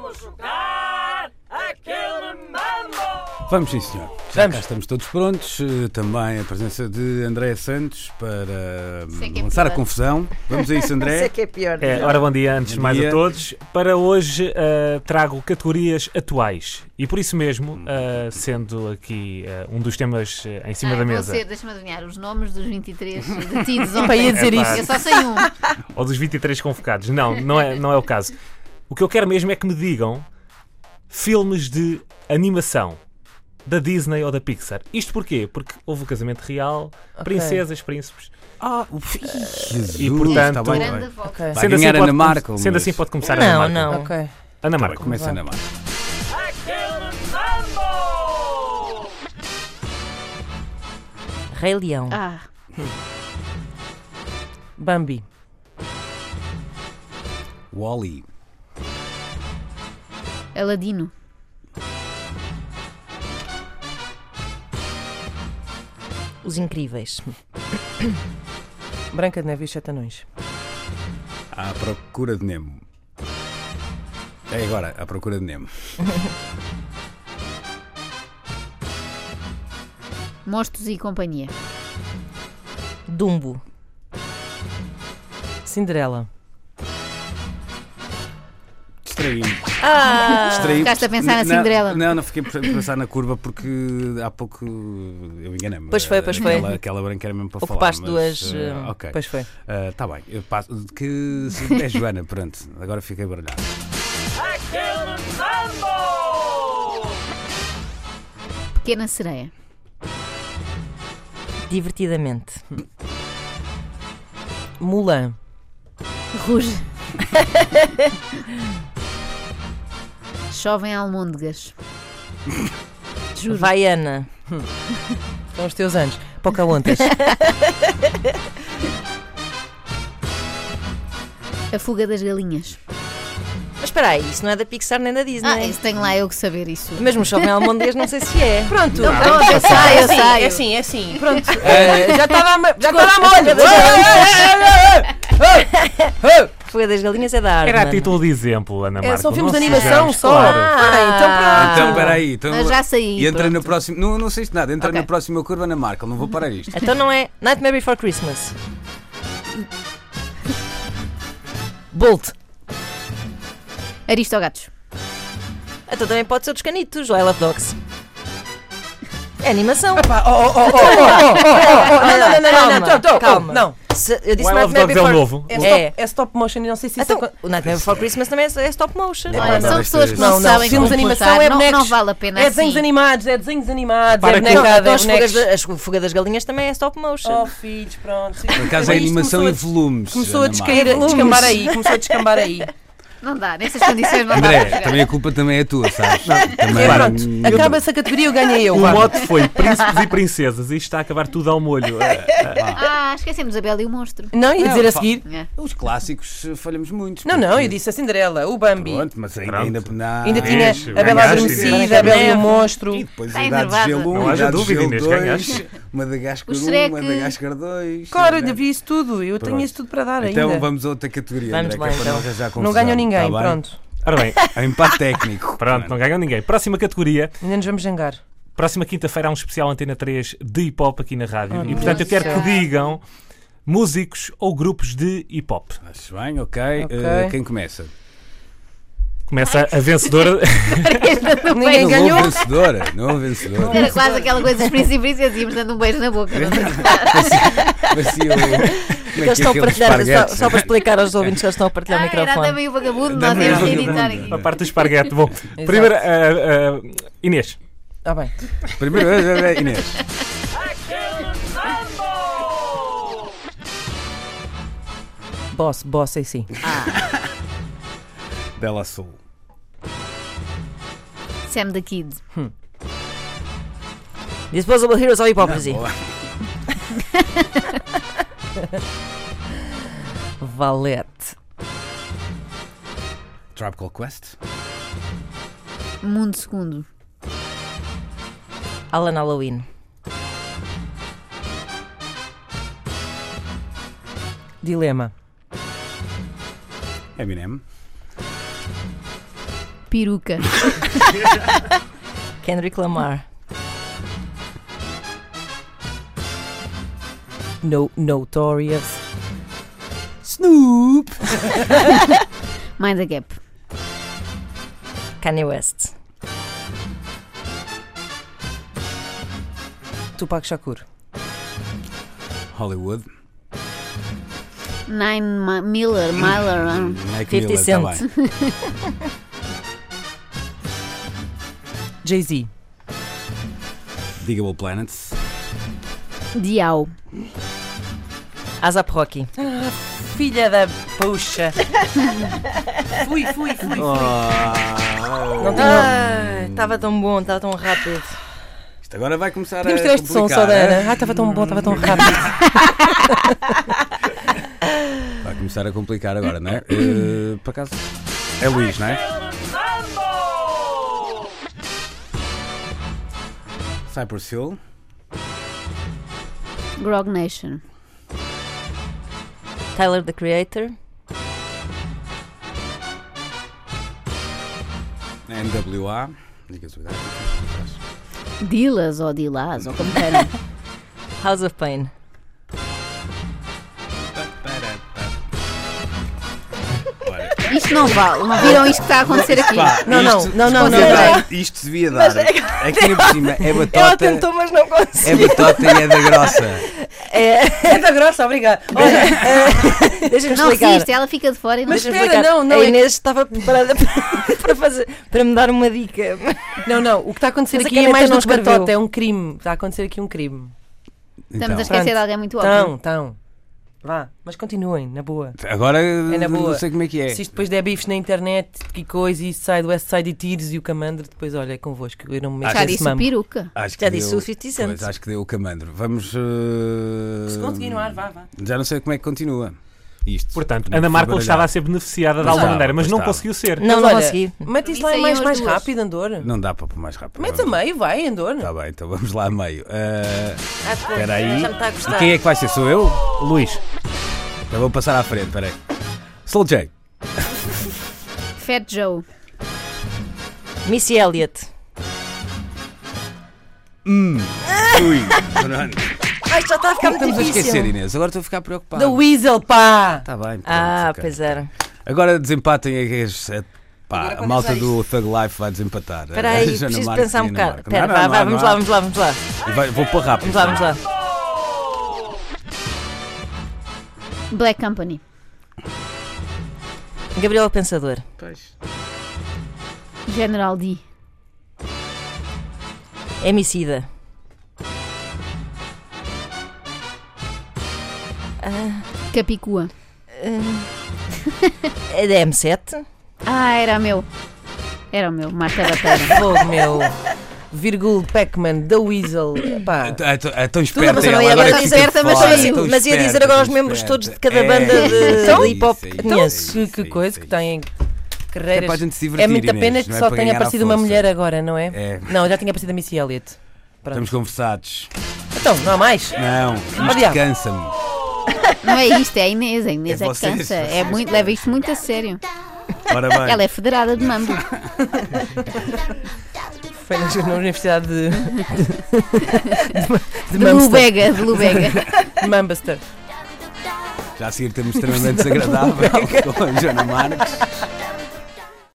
jogar aquele mambo! Vamos sim, senhor. Já cá estamos todos prontos. Também a presença de André Santos para lançar a confusão. Vamos a isso, André. Sei que é pior. Ora, bom dia, antes de Bom mais dia. a todos. Para hoje trago categorias atuais. E por isso mesmo, sendo aqui um dos temas em cima da mesa, Deixa-me adivinhar, os nomes dos 23 detidos Para ia ontem. dizer Epá. isso. Eu só sei um. ou dos 23 convocados. Não é o caso. O que eu quero mesmo é que me digam filmes de animação da Disney ou da Pixar. Isto porquê? Porque houve o casamento real, princesas, príncipes. Jesus, E, portanto, está bem, Grande está bem. volta. Ok. Vai ganhar Ana Markel, Sendo mas- assim, pode começar a Ana Não, Markel. não. Ok. Ana Markel. Começa Ana Markel. Aquele mambo! Rei Leão. Ah, Bambi. Wall-E. Aladino. Os Incríveis. Branca de Neve e os Sete Anões. À procura de Nemo. É agora, à procura de Nemo. Monstros e companhia. Dumbo. Cinderela. Distraí-me. Ah! Ficaste a pensar na Não, Cinderela. Não, fiquei a pensar na curva porque há pouco eu enganei-me. Pois foi. Aquela branca era mesmo para Ocupaste falar. mas, duas. ok. Pois foi. Está bem. Eu passo. É Joana, pronto. Agora fiquei baralhado. Aquele mambo! Pequena Sereia. Divertidamente. Mulan. Ruge. Chovem almôndegas. Juro. Vaiana. São os teus anos. Pocahontas. A fuga das galinhas. Mas espera aí, isso não é da Pixar nem da Disney. Ah, isso tenho lá eu que saber isso. Mesmo o Jovem Almondês não sei se é. Pronto. Pronto, eu saio, eu saio. É assim. Pronto. Já estava a molho. Fuga das Galinhas é da Arte. Era a título de exemplo, Ana Markel. São filmes de Não animação sejamos, só. claro. Então pronto. Então, espera aí. Então, Mas já saí. E entra pronto. no próximo. Não sei nada. Entra Ok. na próxima curva na Markel. Não vou parar isto. Então não é Nightmare Before Christmas. Bolt. Aristogatos. Então também pode ser dos Canitos, ou I Love Dogs. É animação. Calma. Não, Eu disse O I Love Nightmare Dogs é o Before... novo. É. stop motion e não sei se isso Então, o Nightmare Before Christmas também é stop motion. Olha, não, são pessoas que não, não, sabem filmes de comportar. animação é não, bonecos. não vale a pena é desenhos assim. animados, é Para que- bonecada, Então, é as bonecos. Fuga das Galinhas também é stop motion. Oh filhos, pronto. Por acaso é Isto animação começou em volumes. Começou a Ana Markel. descambar aí. Não dá, nessas condições não dá André, para também a culpa também é tua, sabes? Também, Pronto, acaba-se a categoria, eu ganhei eu. O vá. mote foi príncipes e princesas e isto está a acabar tudo ao molho. Ah, esquecemos a Bela e o Monstro. Não, ia dizer a fa- seguir. É. Os clássicos falhamos muitos. Não, porque- eu disse a Cinderela, o Bambi. Pronto, mas ainda, Pronto. Ainda tinha Vês, a Bela ganhaste, Adormecida, a Bela e o Monstro. E depois Está a Idade de enervada. Gelo 1, Não haja Idade de dúvida, Gelo Inês, 2, ganhaste. Madagascar O 1, Shrek. Madagascar 2. Claro, Né? eu vi isso tudo. Eu tenho Pronto. isso tudo para dar Então ainda. vamos a outra categoria, Vamos André, lá, que é para então. não arranjar Não confusão. ganhou ninguém, Tá bem? pronto. Ora bem, É empate técnico. pronto, não ganhou ninguém. Próxima categoria. Ainda nos vamos zangar. Próxima quinta-feira há um especial Antena 3 de hip-hop aqui na rádio. Oh, E portanto eu Deus quero do que céu. digam músicos ou grupos de hip-hop. Acho bem, ok. Ok. Quem começa? Começa a vencedora. Ninguém Não ganhou. houve vencedora. Não houve vencedora. Era quase aquela coisa dos príncipes e princesas, íamos dando um beijo na boca. Parecia o... Eles estão a partilhar, só para explicar aos ouvintes que eles estão a partilhar o Era microfone. também o vagabundo, nós Também íamos o editar vagabundo. aqui. A parte do esparguete. Bom, primeiro, Inês. Ah, bem. Primeiro, Inês. Aquele mambo! Boss, é sim. Bela Soul. Sam the Kid. Disposable Heroes ou Hipócrise? Boa. Valete. Tribe Called Quest. Mundo Segundo. Alan Halloween. Dilema. Eminem. Peruca. Kendrick Lamar. Notorious. Snoop. Mind the Gap. Kanye West. Tupac Shakur. Hollywood. Miller. Mac 50 Miller, tá Cent. bem. Jay-Z. Digable Planets. Diau. Asap Rocky. Filha da puxa. Fui. Não tinha... Estava tão bom, estava tão rápido. Isto agora vai começar Podemos a ter este som complicar, só da né? Ana. Estava tão bom, estava tão rápido. Vai começar a complicar agora, não é? Por acaso é Luís, não é? Mambo! Cypress Hill. Grog Nation. Tyler, the Creator. NWA. Diga-se o que dá. Dilas ou Dilás, ou como queiram. House of Pain. Olha, Isto não vale. Não viram isto que está a acontecer aqui? pá, Não. Isto devia dar. Aqui na por cima é Ela batota. tentou, mas não É conseguiu. batota e é da grossa. É da grossa, obrigada. Olha, deixa-me Não explicar. resiste, ela fica de fora e não. Mas Deixa-me espera, explicar. não, a Inês estava preparada para me dar uma dica. Não, o que está a acontecer Mas a aqui é caneta mais não do que batota, então. é um crime. Está a acontecer aqui um crime. Estamos a Então, esquecer Pronto. de alguém muito óbvio. Estão. Vá, mas continuem, na boa. agora na boa. não sei como é que é. Se isto depois der bifes na internet e coisa, e sai do West Side e tiros e o Camandro, depois olha, é convosco. Eu não me meto Já nesse disse mambo. peruca. Acho Já que disse deu- o 50 Cent. Pois, acho que deu o camandro. Vamos. Se continuar, vá. Já não sei como é que continua. Isto. Portanto, Tinha Ana que Markel baralhar. estava a ser beneficiada de Pois alguma estava, maneira, mas pois não estava. conseguiu ser. Não Mas olha, consegui. Mete isso lá Isso aí mais, as mais duas. rápido, Andor. Não dá para pôr mais rápido. Mete a meio, vai, Andor. Está bem, então vamos lá a meio. Espera Espera aí. Já me está a E gostar. quem é que vai ser? Sou eu? Luís, Eu vou passar à frente, espera aí. Soul J. Fat Joe. Missy Elliott. Ui. Pronto. Ai, já está a ficar muito Estamos a difícil. esquecer, Inês. Agora estou a ficar preocupado. The Weasel, pá! Está bem. Pronto, Ah, ok. pois era. Agora desempatem pá, Agora a quando malta usar do Thug Life vai desempatar. Espera A aí, Joana preciso Marques pensar e um a Ana bocado. Marques. Espera, Não, não, vá, não, vamos não. lá, vamos lá, vamos lá. E vou pôr rápido. Vamos lá. Black Company. Gabriela Pensador. Pois. General D. Emicida. Capicua. É da M7. Ah, era o meu. Era o meu. Marta Bateira. Fogo, meu. Virgul Pac-Man, The Weasel. Pá. É tão esperta mas eu não ela, ia agora agora fica esperta, mas fora, saiu. tão Mas ia dizer esperta, agora os tão membros esperta. todos de cada banda de hip hop que conheço. isso, Que coisa, isso, que isso. têm É carreiras. para a gente se divertir, É muita Inês, pena que não é só para tenha ganhar à aparecido uma força. mulher agora, não é? É. Não, já tinha aparecido a Missy Elliott. Pronto. Estamos conversados. Então, não há mais? Não, isto diabo. cansa-me. Não é isto, é a Inês. A Inês É é que vocês, cansa. vocês. É muito, leva isto muito a sério. Ora bem. Ela é federada de mambo. Foi na Universidade de De Manchester. Lubega, de Lubega. De Manchester. Já a seguir temos extremamente desagradável com a Joana Marques.